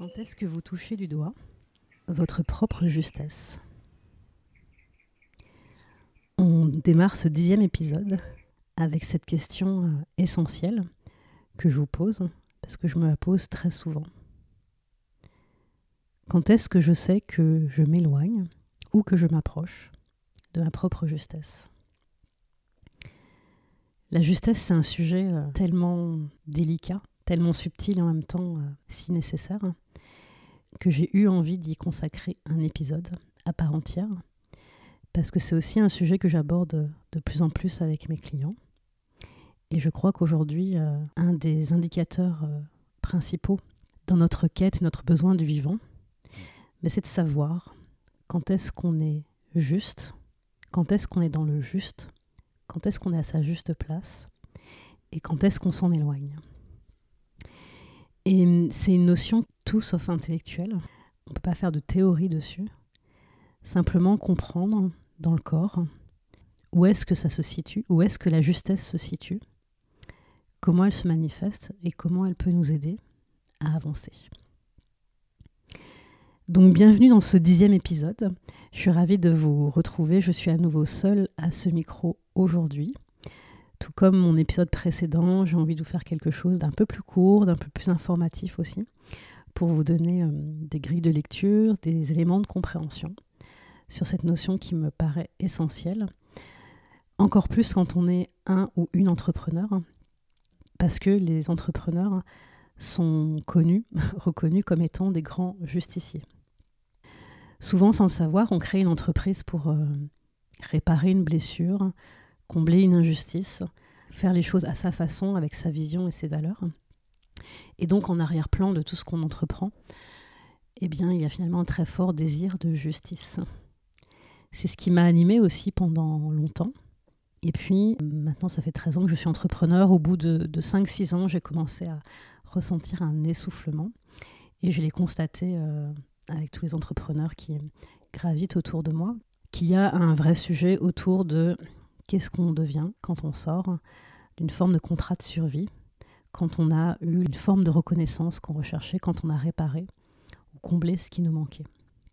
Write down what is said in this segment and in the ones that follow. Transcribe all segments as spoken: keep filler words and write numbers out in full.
Quand est-ce que vous touchez du doigt votre propre justesse ? On démarre ce dixième épisode avec cette question euh, essentielle que je vous pose, parce que je me la pose très souvent. Quand est-ce que je sais que je m'éloigne ou que je m'approche de ma propre justesse ? La justesse, c'est un sujet euh, tellement délicat, tellement subtil et en même temps euh, si nécessaire, que j'ai eu envie d'y consacrer un épisode à part entière, parce que c'est aussi un sujet que j'aborde de plus en plus avec mes clients. Et je crois qu'aujourd'hui, euh, un des indicateurs euh, principaux dans notre quête et notre besoin du vivant, mais c'est de savoir quand est-ce qu'on est juste, quand est-ce qu'on est dans le juste, quand est-ce qu'on est à sa juste place et quand est-ce qu'on s'en éloigne. Et c'est une notion tout sauf intellectuelle. On ne peut pas faire de théorie dessus. Simplement comprendre dans le corps où est-ce que ça se situe, où est-ce que la justesse se situe, comment elle se manifeste et comment elle peut nous aider à avancer. Donc bienvenue dans ce dixième épisode. Je suis ravie de vous retrouver. Je suis à nouveau seule à ce micro aujourd'hui. Tout comme mon épisode précédent, j'ai envie de vous faire quelque chose d'un peu plus court, d'un peu plus informatif aussi, pour vous donner euh, des grilles de lecture, des éléments de compréhension sur cette notion qui me paraît essentielle. Encore plus quand on est un ou une entrepreneur, parce que les entrepreneurs sont connus, reconnus comme étant des grands justiciers. Souvent, sans le savoir, on crée une entreprise pour euh, réparer une blessure, combler une injustice, faire les choses à sa façon, avec sa vision et ses valeurs. Et donc, en arrière-plan de tout ce qu'on entreprend, eh bien, il y a finalement un très fort désir de justice. C'est ce qui m'a animée aussi pendant longtemps. Et puis, maintenant, ça fait treize ans que je suis entrepreneur. Au bout de, de cinq six ans, j'ai commencé à ressentir un essoufflement. Et je l'ai constaté euh, avec tous les entrepreneurs qui gravitent autour de moi, qu'il y a un vrai sujet autour de qu'est-ce qu'on devient quand on sort d'une forme de contrat de survie, quand on a eu une forme de reconnaissance qu'on recherchait, quand on a réparé ou comblé ce qui nous manquait.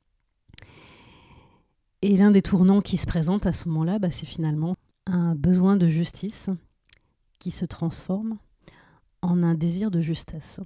Et l'un des tournants qui se présente à ce moment-là, bah, c'est finalement un besoin de justice qui se transforme en un désir de justesse.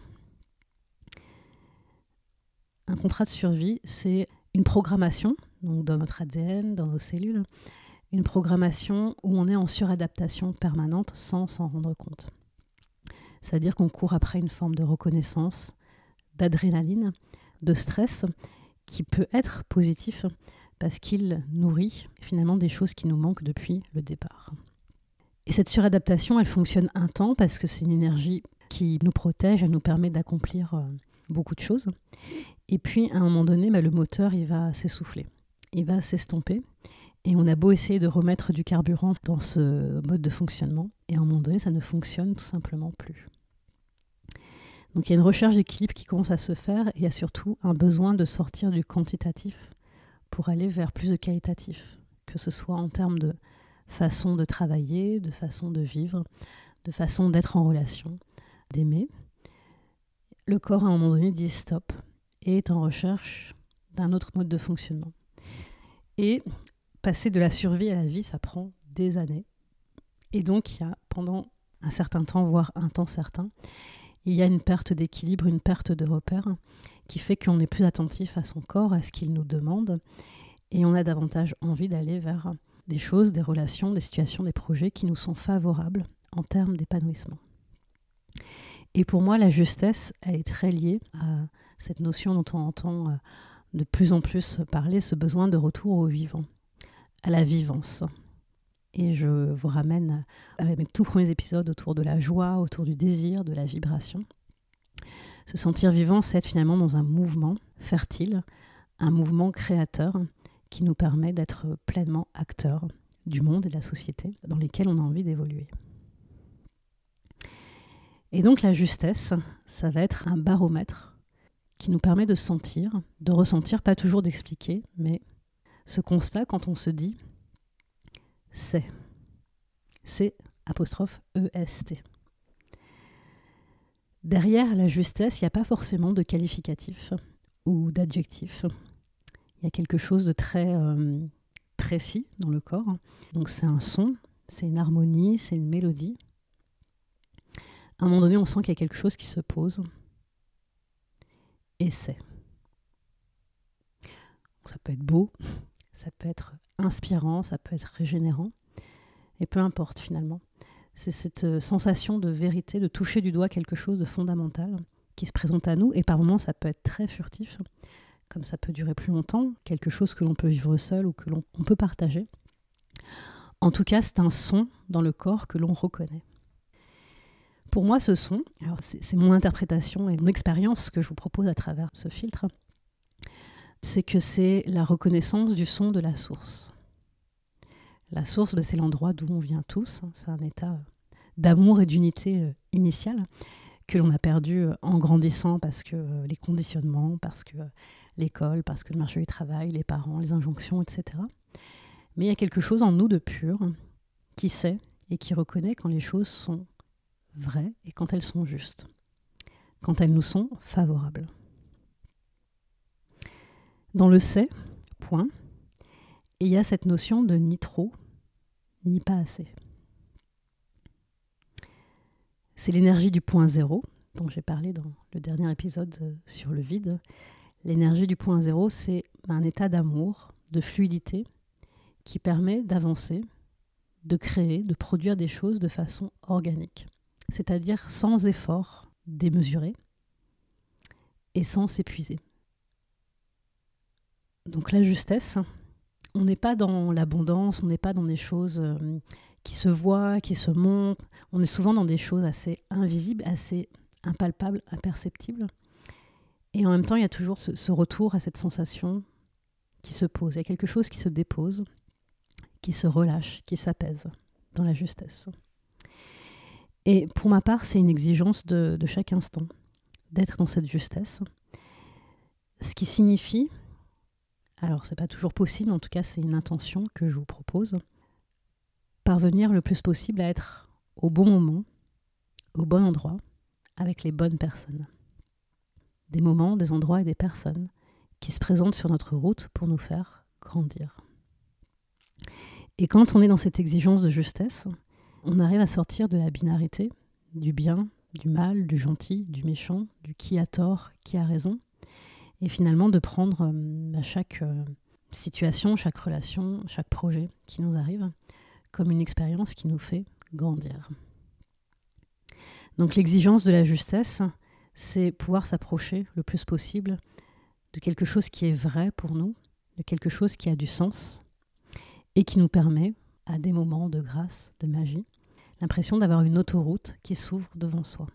Un contrat de survie, c'est une programmation, donc dans notre A D N, dans nos cellules, une programmation où on est en suradaptation permanente sans s'en rendre compte. Ça veut dire qu'on court après une forme de reconnaissance, d'adrénaline, de stress, qui peut être positif parce qu'il nourrit finalement des choses qui nous manquent depuis le départ. Et cette suradaptation, elle fonctionne un temps parce que c'est une énergie qui nous protège, elle nous permet d'accomplir beaucoup de choses. Et puis, à un moment donné, bah, le moteur, il va s'essouffler, il va s'estomper. Et on a beau essayer de remettre du carburant dans ce mode de fonctionnement, et à un moment donné, ça ne fonctionne tout simplement plus. Donc, il y a une recherche d'équilibre qui commence à se faire, et il y a surtout un besoin de sortir du quantitatif pour aller vers plus de qualitatif, que ce soit en termes de façon de travailler, de façon de vivre, de façon d'être en relation, d'aimer. Le corps, à un moment donné, dit stop et est en recherche d'un autre mode de fonctionnement. Et passer de la survie à la vie, ça prend des années. Et donc, il y a pendant un certain temps, voire un temps certain, il y a une perte d'équilibre, une perte de repère qui fait qu'on est plus attentif à son corps, à ce qu'il nous demande, et on a davantage envie d'aller vers des choses, des relations, des situations, des projets qui nous sont favorables en termes d'épanouissement. Et pour moi, la justesse, elle est très liée à cette notion dont on entend de plus en plus parler, ce besoin de retour au vivant, à la vivance. Et je vous ramène avec mes tout premiers épisodes autour de la joie, autour du désir, de la vibration. Se sentir vivant, c'est être finalement dans un mouvement fertile, un mouvement créateur qui nous permet d'être pleinement acteurs du monde et de la société dans lesquels on a envie d'évoluer. Et donc la justesse, ça va être un baromètre qui nous permet de sentir, de ressentir, pas toujours d'expliquer, mais ce constat quand on se dit « c'est ». C'est apostrophe E S T. Derrière la justesse, il n'y a pas forcément de qualificatif ou d'adjectif. Il y a quelque chose de très euh, précis dans le corps. Donc c'est un son, c'est une harmonie, c'est une mélodie. À un moment donné, on sent qu'il y a quelque chose qui se pose. Et c'est. Ça peut être beau, ça peut être inspirant, ça peut être régénérant. Et peu importe finalement. C'est cette sensation de vérité, de toucher du doigt quelque chose de fondamental qui se présente à nous. Et par moments, ça peut être très furtif, comme ça peut durer plus longtemps, quelque chose que l'on peut vivre seul ou que l'on on peut partager. En tout cas, c'est un son dans le corps que l'on reconnaît. Pour moi, ce son, alors c'est, c'est mon interprétation et mon expérience que je vous propose à travers ce filtre, c'est que c'est la reconnaissance du son de la source. La source, c'est l'endroit d'où on vient tous. C'est un état d'amour et d'unité initiale que l'on a perdu en grandissant parce que les conditionnements, parce que l'école, parce que le marché du travail, les parents, les injonctions, et cetera. Mais il y a quelque chose en nous de pur qui sait et qui reconnaît quand les choses sont vraies et quand elles sont justes, quand elles nous sont favorables. Dans le c'est, point, il y a cette notion de ni trop, ni pas assez. C'est l'énergie du point zéro, dont j'ai parlé dans le dernier épisode sur le vide. L'énergie du point zéro, c'est un état d'amour, de fluidité, qui permet d'avancer, de créer, de produire des choses de façon organique. C'est-à-dire sans effort démesuré et sans s'épuiser. Donc la justesse, on n'est pas dans l'abondance, on n'est pas dans des choses euh, qui se voient, qui se montrent. On est souvent dans des choses assez invisibles, assez impalpables, imperceptibles. Et en même temps, il y a toujours ce, ce retour à cette sensation qui se pose. Il y a quelque chose qui se dépose, qui se relâche, qui s'apaise dans la justesse. Et pour ma part, c'est une exigence de, de chaque instant, d'être dans cette justesse. Ce qui signifie, alors c'est pas toujours possible, en tout cas c'est une intention que je vous propose, parvenir le plus possible à être au bon moment, au bon endroit, avec les bonnes personnes. Des moments, des endroits et des personnes qui se présentent sur notre route pour nous faire grandir. Et quand on est dans cette exigence de justesse, on arrive à sortir de la binarité, du bien, du mal, du gentil, du méchant, du qui a tort, qui a raison, et finalement de prendre euh, chaque euh, situation, chaque relation, chaque projet qui nous arrive comme une expérience qui nous fait grandir. Donc l'exigence de la justesse, c'est pouvoir s'approcher le plus possible de quelque chose qui est vrai pour nous, de quelque chose qui a du sens et qui nous permet, à des moments de grâce, de magie, l'impression d'avoir une autoroute qui s'ouvre devant soi.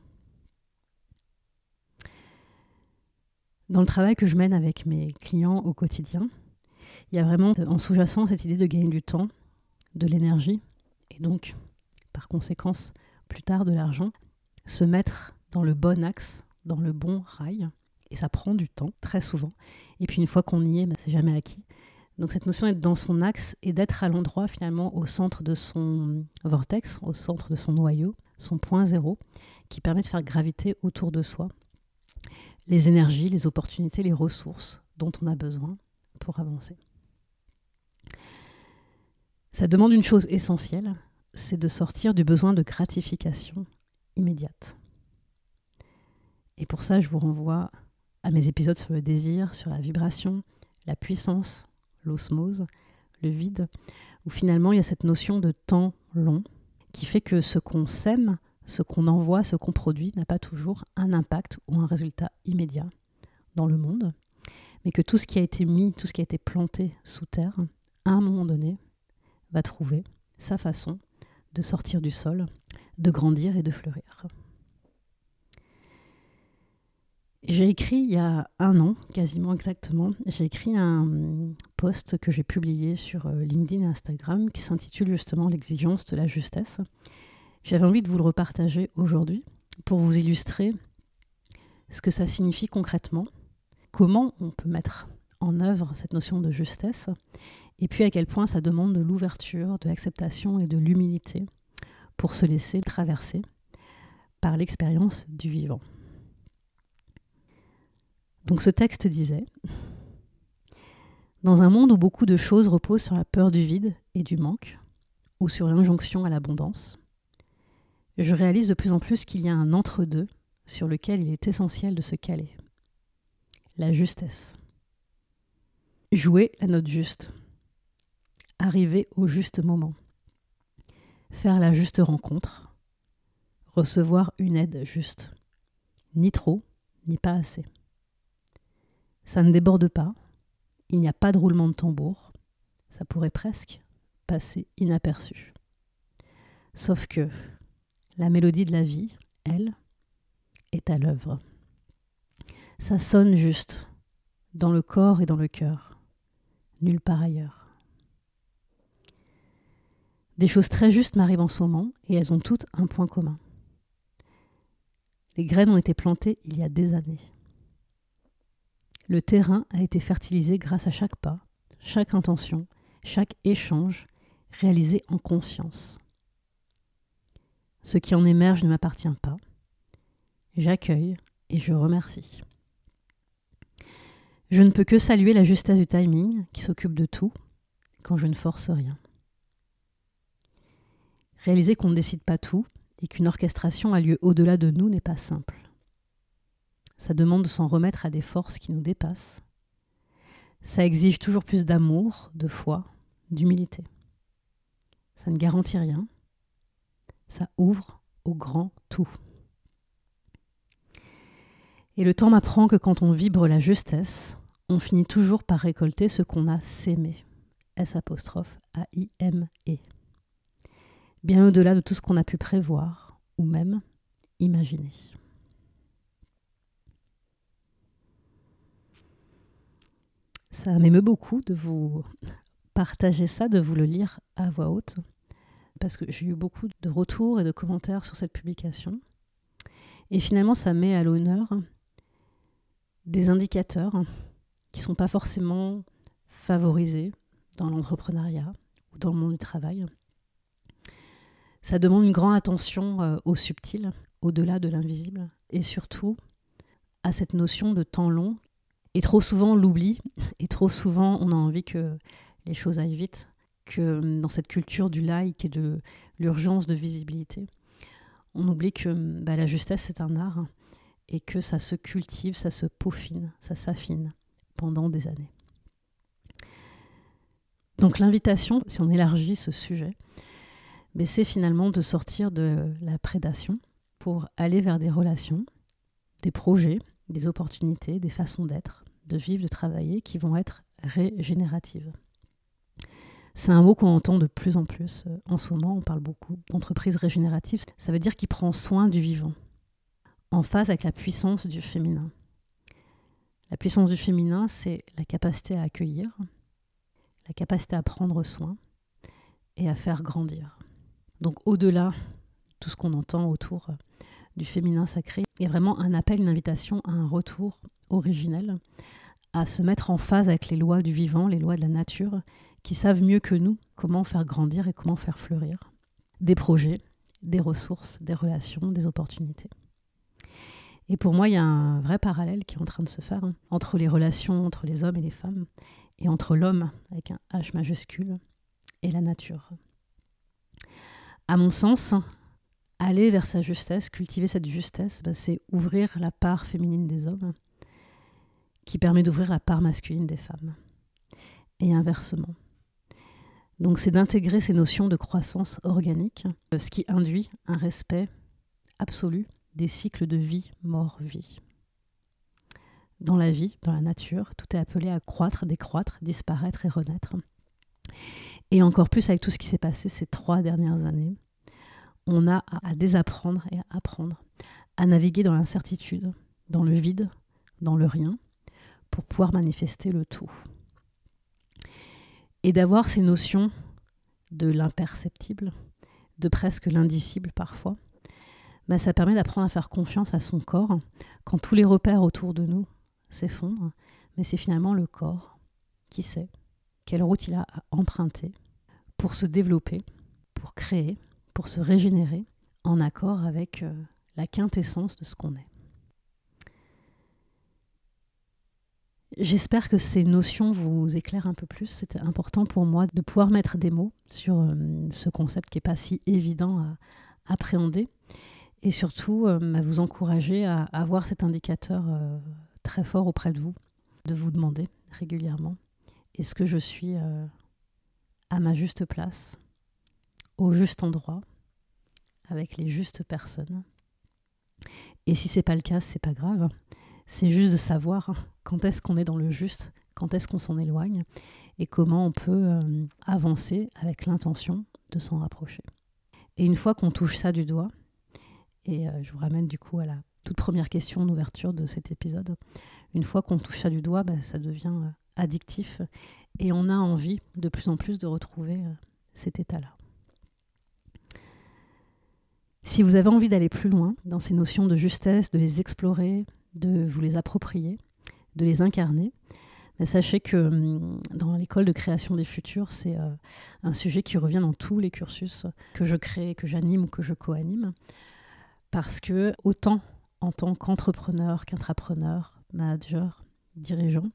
Dans le travail que je mène avec mes clients au quotidien, il y a vraiment en sous-jacent cette idée de gagner du temps, de l'énergie et donc, par conséquence, plus tard de l'argent, se mettre dans le bon axe, dans le bon rail. Et ça prend du temps, très souvent. Et puis une fois qu'on y est, ben, c'est jamais acquis. Donc cette notion d'être dans son axe et d'être à l'endroit finalement au centre de son vortex, au centre de son noyau, son point zéro, qui permet de faire graviter autour de soi les énergies, les opportunités, les ressources dont on a besoin pour avancer. Ça demande une chose essentielle, c'est de sortir du besoin de gratification immédiate. Et pour ça, je vous renvoie à mes épisodes sur le désir, sur la vibration, la puissance, l'osmose, le vide, où finalement il y a cette notion de temps long qui fait que ce qu'on sème, ce qu'on envoie, ce qu'on produit n'a pas toujours un impact ou un résultat immédiat dans le monde, mais que tout ce qui a été mis, tout ce qui a été planté sous terre, à un moment donné, va trouver sa façon de sortir du sol, de grandir et de fleurir. J'ai écrit il y a un an, quasiment exactement, j'ai écrit un post que j'ai publié sur LinkedIn et Instagram qui s'intitule justement « L'exigence de la justesse ». J'avais envie de vous le repartager aujourd'hui pour vous illustrer ce que ça signifie concrètement, comment on peut mettre en œuvre cette notion de justesse et puis à quel point ça demande de l'ouverture, de l'acceptation et de l'humilité pour se laisser traverser par l'expérience du vivant. Donc ce texte disait « Dans un monde où beaucoup de choses reposent sur la peur du vide et du manque, ou sur l'injonction à l'abondance, je réalise de plus en plus qu'il y a un entre-deux sur lequel il est essentiel de se caler. La justesse. Jouer la note juste. Arriver au juste moment. Faire la juste rencontre. Recevoir une aide juste. Ni trop, ni pas assez. Ça ne déborde pas. Il n'y a pas de roulement de tambour. Ça pourrait presque passer inaperçu. Sauf que la mélodie de la vie, elle, est à l'œuvre. Ça sonne juste, dans le corps et dans le cœur, nulle part ailleurs. Des choses très justes m'arrivent en ce moment et elles ont toutes un point commun. Les graines ont été plantées il y a des années. Le terrain a été fertilisé grâce à chaque pas, chaque intention, chaque échange réalisé en conscience. Ce qui en émerge ne m'appartient pas. J'accueille et je remercie. Je ne peux que saluer la justesse du timing qui s'occupe de tout quand je ne force rien. Réaliser qu'on ne décide pas tout et qu'une orchestration a lieu au-delà de nous n'est pas simple. Ça demande de s'en remettre à des forces qui nous dépassent. Ça exige toujours plus d'amour, de foi, d'humilité. Ça ne garantit rien. Ça ouvre au grand tout. Et le temps m'apprend que quand on vibre la justesse, on finit toujours par récolter ce qu'on a sémé. S apostrophe A I M E. Bien au-delà de tout ce qu'on a pu prévoir ou même imaginer. Ça m'émeut beaucoup de vous partager ça, de vous le lire à voix haute, parce que j'ai eu beaucoup de retours et de commentaires sur cette publication. Et finalement, ça met à l'honneur des indicateurs qui ne sont pas forcément favorisés dans l'entrepreneuriat ou dans le monde du travail. Ça demande une grande attention euh, au subtil, au-delà de l'invisible, et surtout à cette notion de temps long. Et trop souvent, on l'oublie, et trop souvent, on a envie que les choses aillent vite, que dans cette culture du like et de l'urgence de visibilité, on oublie que bah, la justesse, c'est un art, et que ça se cultive, ça se peaufine, ça s'affine pendant des années. Donc l'invitation, si on élargit ce sujet, mais c'est finalement de sortir de la prédation pour aller vers des relations, des projets, des opportunités, des façons d'être, de vivre, de travailler qui vont être régénératives. C'est un mot qu'on entend de plus en plus en ce moment. On parle beaucoup d'entreprise régénérative. Ça veut dire qu'il prend soin du vivant, en phase avec la puissance du féminin. La puissance du féminin, c'est la capacité à accueillir, la capacité à prendre soin et à faire grandir. Donc au-delà de tout ce qu'on entend autour du féminin sacré, il y a vraiment un appel, une invitation à un retour originel, à se mettre en phase avec les lois du vivant, les lois de la nature, qui savent mieux que nous comment faire grandir et comment faire fleurir des projets, des ressources, des relations, des opportunités. Et pour moi, il y a un vrai parallèle qui est en train de se faire hein, entre les relations entre les hommes et les femmes, et entre l'homme, avec un H majuscule, et la nature. À mon sens, aller vers sa justesse, cultiver cette justesse, bah, c'est ouvrir la part féminine des hommes, qui permet d'ouvrir la part masculine des femmes. Et inversement. Donc c'est d'intégrer ces notions de croissance organique, ce qui induit un respect absolu des cycles de vie, mort, vie. Dans la vie, dans la nature, tout est appelé à croître, décroître, disparaître et renaître. Et encore plus avec tout ce qui s'est passé ces trois dernières années, on a à désapprendre et à apprendre, à naviguer dans l'incertitude, dans le vide, dans le rien, pour pouvoir manifester le tout. Et d'avoir ces notions de l'imperceptible, de presque l'indicible parfois, bah ça permet d'apprendre à faire confiance à son corps quand tous les repères autour de nous s'effondrent, mais c'est finalement le corps qui sait quelle route il a à emprunter pour se développer, pour créer, pour se régénérer en accord avec euh, la quintessence de ce qu'on est. J'espère que ces notions vous éclairent un peu plus. C'était important pour moi de pouvoir mettre des mots sur euh, ce concept qui n'est pas si évident à appréhender et surtout euh, à vous encourager à, à avoir cet indicateur euh, très fort auprès de vous, de vous demander régulièrement est-ce que je suis euh, à ma juste place, au juste endroit, avec les justes personnes. Et si c'est pas le cas, c'est pas grave. C'est juste de savoir quand est-ce qu'on est dans le juste, quand est-ce qu'on s'en éloigne et comment on peut euh, avancer avec l'intention de s'en rapprocher. Et une fois qu'on touche ça du doigt, et euh, je vous ramène du coup à la toute première question d'ouverture de cet épisode, une fois qu'on touche ça du doigt, bah, ça devient euh, addictif et on a envie de plus en plus de retrouver euh, cet état-là. Si vous avez envie d'aller plus loin dans ces notions de justesse, de les explorer, de vous les approprier, de les incarner, mais sachez que dans l'école de création des futurs, c'est euh, un sujet qui revient dans tous les cursus que je crée, que j'anime ou que je co-anime, parce que autant en tant qu'entrepreneur, qu'intrapreneur, manager, dirigeant,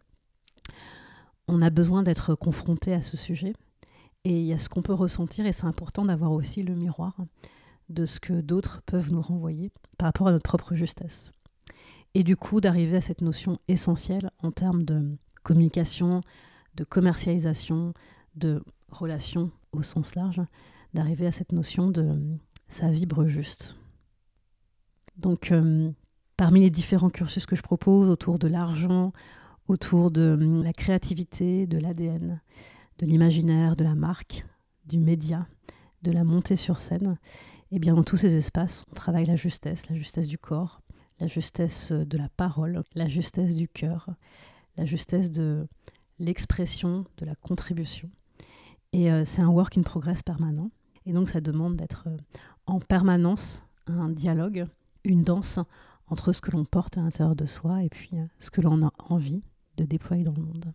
on a besoin d'être confronté à ce sujet et il y a ce qu'on peut ressentir et c'est important d'avoir aussi le miroir de ce que d'autres peuvent nous renvoyer par rapport à notre propre justesse. Et du coup, d'arriver à cette notion essentielle en termes de communication, de commercialisation, de relation au sens large, d'arriver à cette notion de ça vibre juste. Donc, euh, parmi les différents cursus que je propose autour de l'argent, autour de la créativité, de l'A D N, de l'imaginaire, de la marque, du média, de la montée sur scène, et bien dans tous ces espaces, on travaille la justesse, la justesse du corps, la justesse de la parole, la justesse du cœur, la justesse de l'expression, de la contribution. Et euh, c'est un work in progress permanent. Et donc ça demande d'être euh, en permanence un dialogue, une danse entre ce que l'on porte à l'intérieur de soi et puis euh, ce que l'on a envie de déployer dans le monde.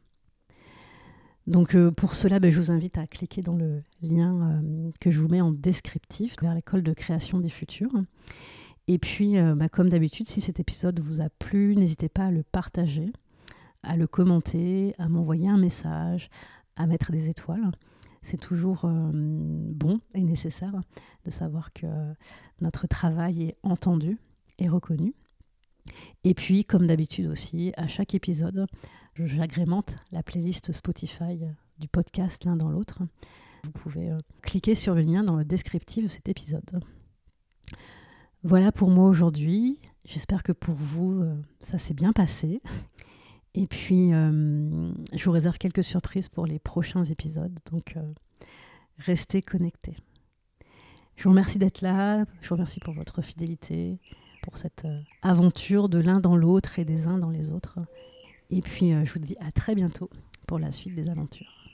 Donc euh, pour cela, ben, je vous invite à cliquer dans le lien euh, que je vous mets en descriptif vers l'école de création des futurs. Et puis, euh, bah, comme d'habitude, si cet épisode vous a plu, n'hésitez pas à le partager, à le commenter, à m'envoyer un message, à mettre des étoiles. C'est toujours euh, bon et nécessaire de savoir que notre travail est entendu et reconnu. Et puis, comme d'habitude aussi, à chaque épisode, j'agrémente la playlist Spotify du podcast l'un dans l'autre. Vous pouvez euh, cliquer sur le lien dans le descriptif de cet épisode. Voilà pour moi aujourd'hui. J'espère que pour vous, euh, ça s'est bien passé. Et puis, euh, je vous réserve quelques surprises pour les prochains épisodes. Donc, euh, restez connectés. Je vous remercie d'être là. Je vous remercie pour votre fidélité, pour cette euh, aventure de l'un dans l'autre et des uns dans les autres. Et puis, euh, je vous dis à très bientôt pour la suite des aventures.